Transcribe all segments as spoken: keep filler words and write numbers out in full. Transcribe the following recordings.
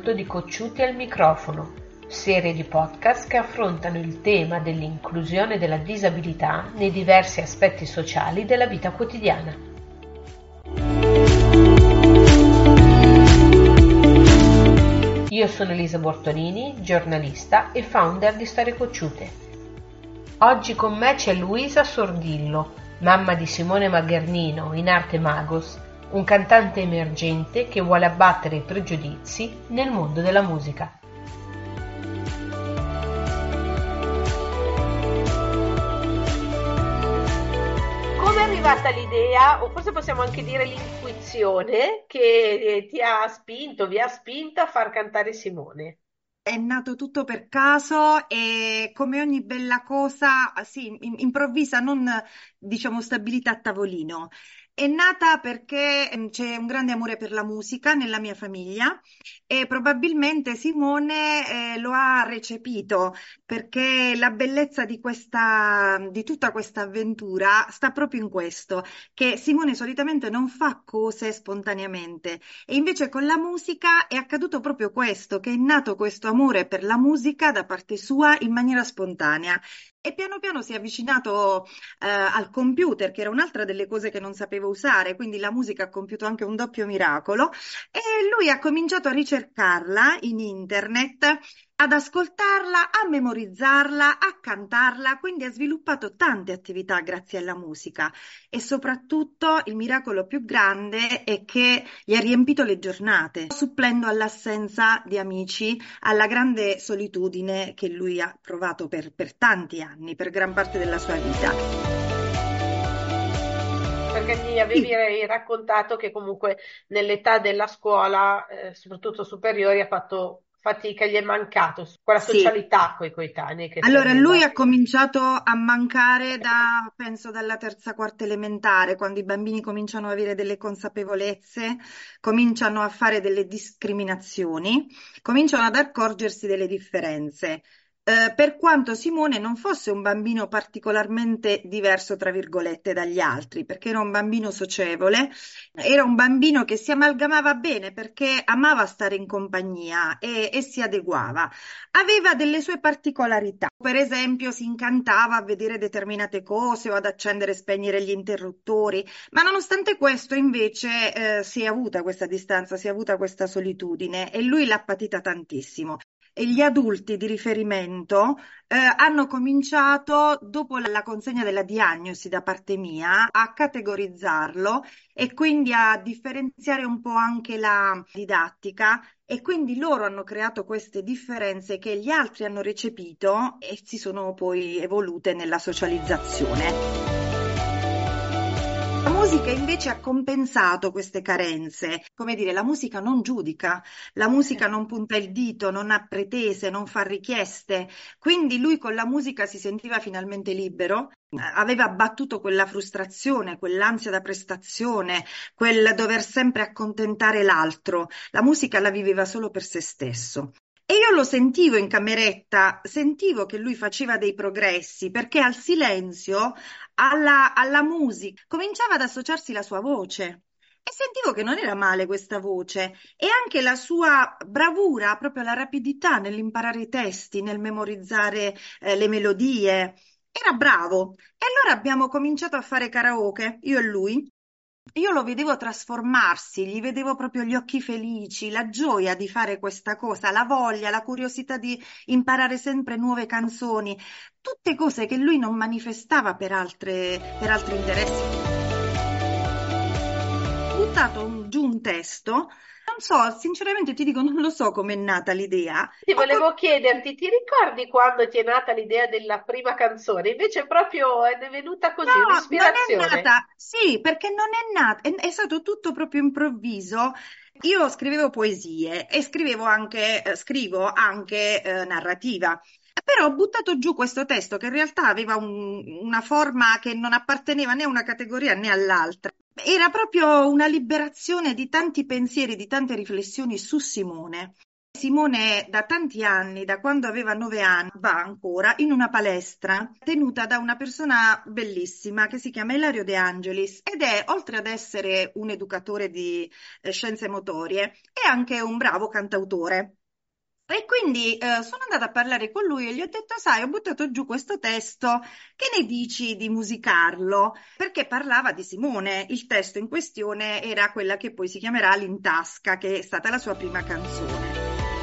all'ascolto di Cocciuti al microfono, serie di podcast che affrontano il tema dell'inclusione della disabilità nei diversi aspetti sociali della vita quotidiana. Io sono Elisa Bortolini, giornalista e founder di Storie Cocciute. Oggi con me c'è Luisa Sordillo, mamma di Simone Magernino, in arte Magos, un cantante emergente che vuole abbattere i pregiudizi nel mondo della musica. Come è arrivata l'idea, o forse possiamo anche dire l'intuizione, che ti ha spinto, vi ha spinto a far cantare Simone? È nato tutto per caso e come ogni bella cosa, sì, im- improvvisa, non diciamo stabilita a tavolino. È nata perché ehm, c'è un grande amore per la musica nella mia famiglia e probabilmente Simone eh, lo ha recepito perché la bellezza di questa, di tutta questa avventura sta proprio in questo, che Simone solitamente non fa cose spontaneamente. E invece con la musica è accaduto proprio questo, che è nato questo amore per la musica da parte sua in maniera spontanea. E piano piano si è avvicinato eh, al computer, che era un'altra delle cose che non sapeva usare, quindi la musica ha compiuto anche un doppio miracolo. E lui ha cominciato a ricercarla in internet, ad ascoltarla, a memorizzarla, a cantarla, quindi ha sviluppato tante attività grazie alla musica. E soprattutto il miracolo più grande è che gli ha riempito le giornate, supplendo all'assenza di amici, alla grande solitudine che lui ha provato per, per tanti anni, per gran parte della sua vita. Perché mi avevi Sì, re- raccontato che comunque nell'età della scuola, eh, soprattutto superiori, ha fatto fatica, gli è mancato quella sì. socialità coi coetanei che si Allora, lui aveva. ha cominciato a mancare da, penso, dalla terza, quarta elementare, quando i bambini cominciano ad avere delle consapevolezze, cominciano a fare delle discriminazioni, cominciano ad accorgersi delle differenze. Eh, per quanto Simone non fosse un bambino particolarmente diverso, tra virgolette, dagli altri, perché era un bambino socievole, era un bambino che si amalgamava bene perché amava stare in compagnia e e si adeguava. Aveva delle sue particolarità, per esempio si incantava a vedere determinate cose o ad accendere e spegnere gli interruttori, ma nonostante questo invece eh, si è avuta questa distanza, si è avuta questa solitudine e lui l'ha patita tantissimo. E gli adulti di riferimento eh, hanno cominciato, dopo la consegna della diagnosi da parte mia, a categorizzarlo e quindi a differenziare un po' anche la didattica e quindi loro hanno creato queste differenze che gli altri hanno recepito e si sono poi evolute nella socializzazione. La musica invece ha compensato queste carenze. Come dire, la musica non giudica, la musica non punta il dito, non ha pretese, non fa richieste. Quindi lui con la musica si sentiva finalmente libero, eh, aveva abbattuto quella frustrazione, quell'ansia da prestazione, quel dover sempre accontentare l'altro. La musica la viveva solo per se stesso. E io lo sentivo in cameretta, sentivo che lui faceva dei progressi perché al silenzio, alla, alla musica, cominciava ad associarsi la sua voce. E sentivo che non era male questa voce e anche la sua bravura, proprio la rapidità nell'imparare i testi, nel memorizzare eh, le melodie. Era bravo. E allora abbiamo cominciato a fare karaoke, io e lui. Io lo vedevo trasformarsi, gli vedevo proprio gli occhi felici, la gioia di fare questa cosa, la voglia, la curiosità di imparare sempre nuove canzoni, tutte cose che lui non manifestava per altre, per altri interessi. Ho buttato un- giù un testo, non so, sinceramente ti dico, non lo so com'è nata l'idea. Ti Ho volevo cominciato. chiederti, ti ricordi quando ti è nata l'idea della prima canzone? Invece proprio è venuta così, No, non è un'ispirazione. nata, sì, perché non è nata, è, è stato tutto proprio improvviso. Io scrivevo poesie e scrivevo anche, eh, scrivo anche eh, narrativa, però ho buttato giù questo testo che in realtà aveva un- una forma che non apparteneva né a una categoria né all'altra. Era proprio una liberazione di tanti pensieri, di tante riflessioni su Simone. Simone da tanti anni, da quando aveva nove anni, va ancora in una palestra tenuta da una persona bellissima che si chiama Ilario De Angelis ed è, oltre ad essere un educatore di eh, scienze motorie, è anche un bravo cantautore. E quindi eh, sono andata a parlare con lui e gli ho detto, sai, ho buttato giù questo testo, che ne dici di musicarlo? Perché parlava di Simone, il testo in questione era quella che poi si chiamerà L'Intasca, che è stata la sua prima canzone.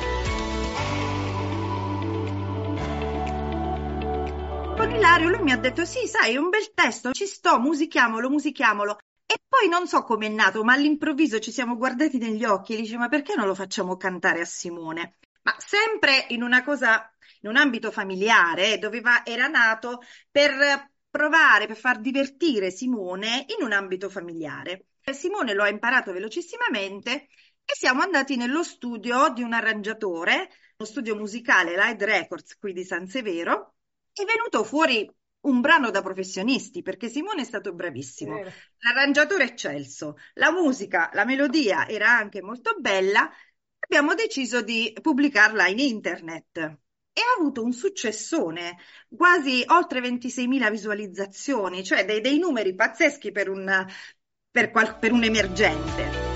Con Ilario lui mi ha detto, sì, sai, è un bel testo, ci sto, musichiamolo, musichiamolo. E poi non so com'è nato, ma all'improvviso ci siamo guardati negli occhi e dice, ma perché non lo facciamo cantare a Simone? Ma sempre in una cosa, in un ambito familiare, doveva, era nato per provare, per far divertire Simone in un ambito familiare. E Simone lo ha imparato velocissimamente e siamo andati nello studio di un arrangiatore, uno studio musicale, Light Records, qui di San Severo. È venuto fuori un brano da professionisti, perché Simone è stato bravissimo. Vero. L'arrangiatore eccelso, la musica, la melodia era anche molto bella. Abbiamo deciso di pubblicarla in internet e ha avuto un successone, quasi oltre ventiseimila visualizzazioni, cioè dei, dei numeri pazzeschi per un, per qual- per un emergente.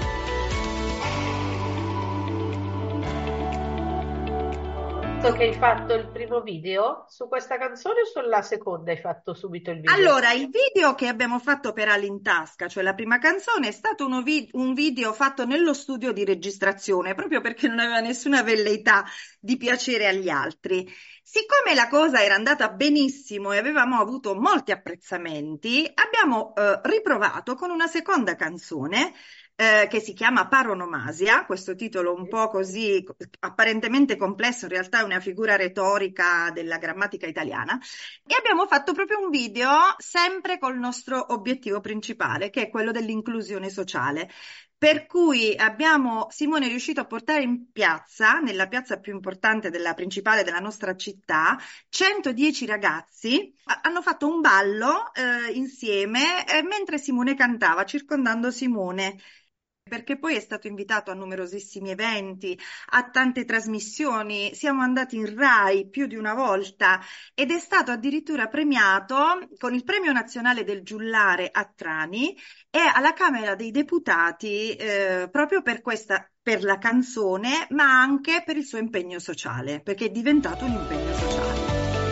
So che hai fatto il primo video su questa canzone o sulla seconda hai fatto subito il video? Allora, il video che abbiamo fatto per All'Intasca, cioè la prima canzone, è stato uno vi- un video fatto nello studio di registrazione, proprio perché non aveva nessuna velleità di piacere agli altri. Siccome la cosa era andata benissimo e avevamo avuto molti apprezzamenti, abbiamo eh, riprovato con una seconda canzone eh, che si chiama Paronomasia, questo titolo un po' così apparentemente complesso, in realtà è una figura retorica della grammatica italiana, e abbiamo fatto proprio un video sempre col nostro obiettivo principale, che è quello dell'inclusione sociale. Per cui abbiamo, Simone è riuscito a portare in piazza, nella piazza più importante della principale della nostra città, centodieci ragazzi a- hanno fatto un ballo eh, insieme eh, mentre Simone cantava, circondando Simone. Perché poi è stato invitato a numerosissimi eventi, a tante trasmissioni, siamo andati in Rai più di una volta ed è stato addirittura premiato con il Premio Nazionale del Giullare a Trani e alla Camera dei Deputati eh, proprio per questa, per la canzone, ma anche per il suo impegno sociale, perché è diventato un impegno sociale.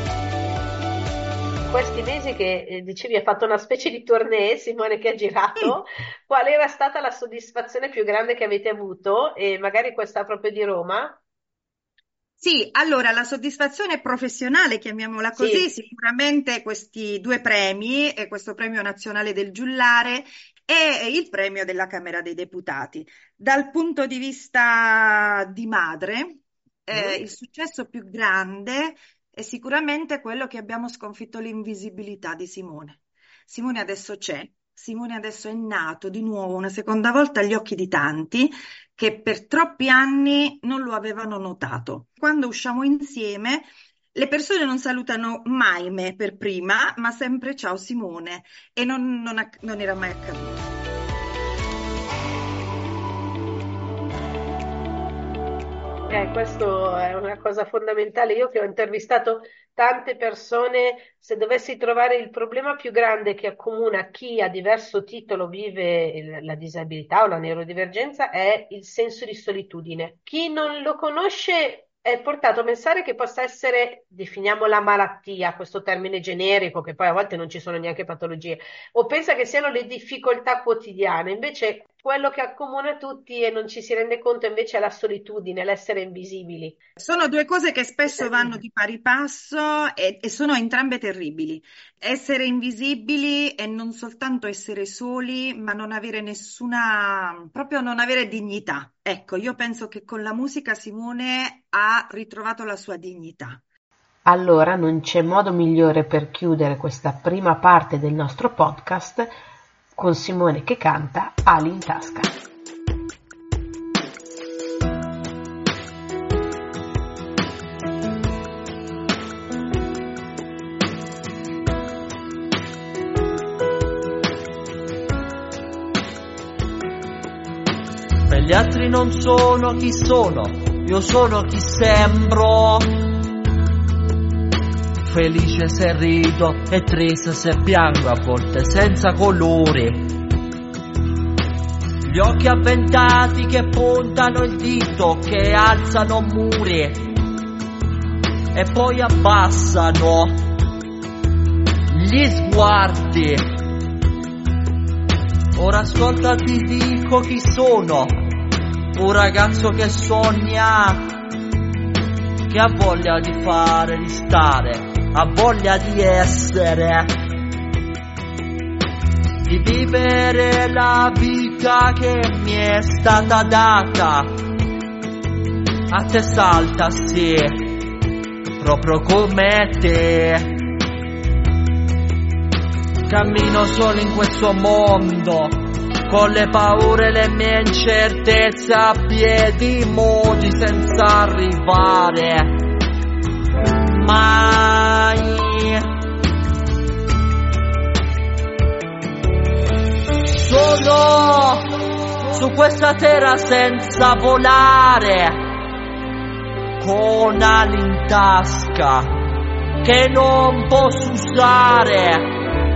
Questi mesi che eh, dicevi ha fatto una specie di tournée, Simone, che ha girato, Sì. qual era stata la soddisfazione più grande che avete avuto? E magari questa proprio di Roma? Sì, allora la soddisfazione professionale, chiamiamola così, Sì. sicuramente questi due premi, e questo premio nazionale del Giullare e il premio della Camera dei Deputati. Dal punto di vista di madre, eh, Mm? il successo più grande è sicuramente quello che abbiamo sconfitto l'invisibilità di Simone. Simone adesso c'è, Simone adesso è nato di nuovo una seconda volta agli occhi di tanti che per troppi anni non lo avevano notato. Quando usciamo insieme, le persone non salutano mai me per prima, ma sempre ciao Simone, e non, non acc- non era mai accaduto. Eh, questo è una cosa fondamentale. Io che ho intervistato tante persone, se dovessi trovare il problema più grande che accomuna chi a diverso titolo vive il- la disabilità o la neurodivergenza è il senso di solitudine. Chi non lo conosce è portato a pensare che possa essere, definiamo la malattia, questo termine generico, che poi a volte non ci sono neanche patologie, o pensa che siano le difficoltà quotidiane. Invece quello che accomuna tutti e non ci si rende conto invece è la solitudine, l'essere invisibili. Sono due cose che spesso vanno di pari passo e, e sono entrambe terribili. Essere invisibili e non soltanto essere soli, ma non avere nessuna, proprio non avere dignità. Ecco, io penso che con la musica Simone ha ritrovato la sua dignità. Allora non c'è modo migliore per chiudere questa prima parte del nostro podcast con Simone che canta Ali in tasca. Per gli altri non sono chi sono, io sono chi sembro. Felice se rido e triste se piango, a volte senza colore. Gli Gli occhi avventati che puntano il dito, che alzano muri e poi abbassano gli sguardi. Ora ascolta, ti dico chi sono. Un ragazzo che sogna, che ha voglia di fare, di stare, ha voglia di essere, di vivere la vita che mi è stata data. A te salta, sì, proprio come te. Cammino solo in questo mondo, con le paure e le mie incertezze a piedi modi, senza arrivare mai. Sono su questa terra senza volare, con ali in tasca che non posso usare.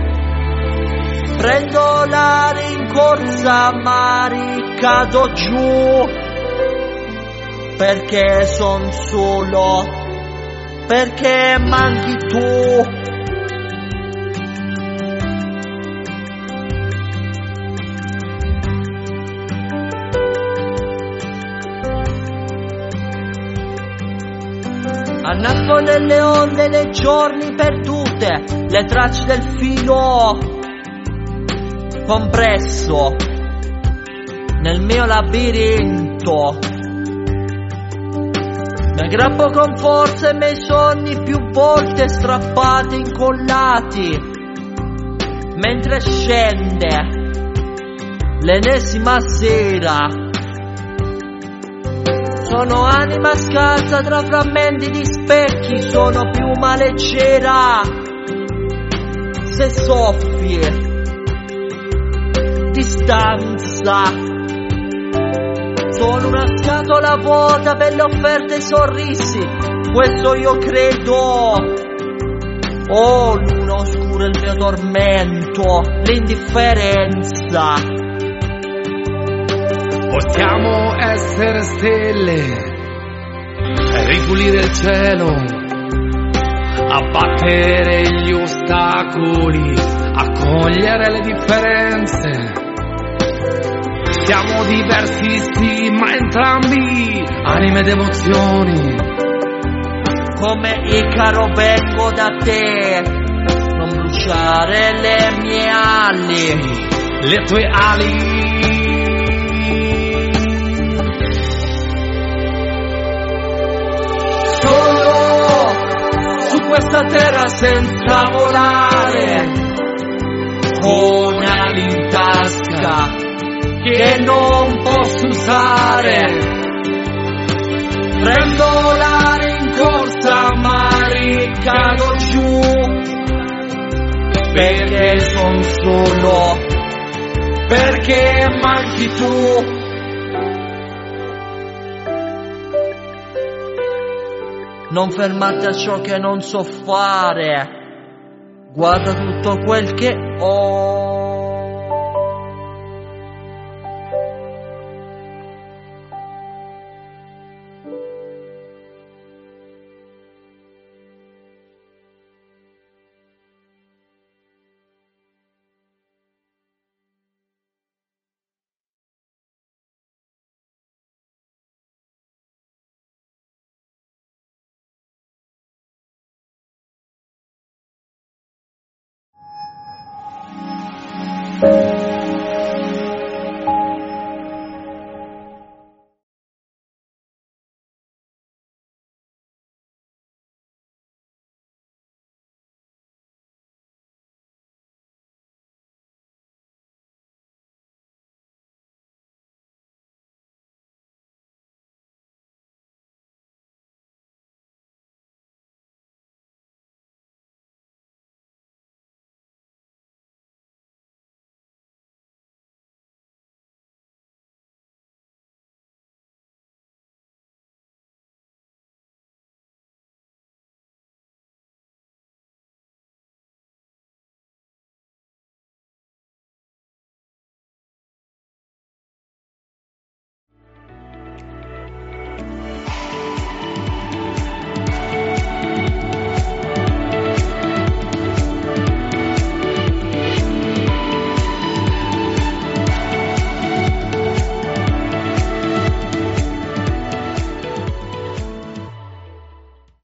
Prendo la rincorsa ma ricado giù, perché son solo, perché manchi tu. A nascondere le onde nei giorni perdute, le tracce del filo compresso nel mio labirinto. Mi aggrappo con forza ai miei sogni, più volte strappati, incollati, mentre scende l'ennesima sera. Sono anima scalza tra frammenti di specchi, sono piuma leggera se soffie distanza. Sono una scatola vuota per le offerte e i sorrisi, questo io credo. Oh, luna oscura il mio tormento, l'indifferenza. Possiamo essere stelle, ripulire il cielo, abbattere gli ostacoli, accogliere le differenze. Siamo diversi sì, ma entrambi anime ed emozioni. Come Icaro vengo da te, non bruciare le mie ali, sì, le tue ali. Sono su questa terra senza volare, con ali in tasca che non posso usare. Prendo la rincorsa ma ricado giù, perché son solo, perché manchi tu. Non fermarti a ciò che non so fare, guarda tutto quel che ho. Thank you.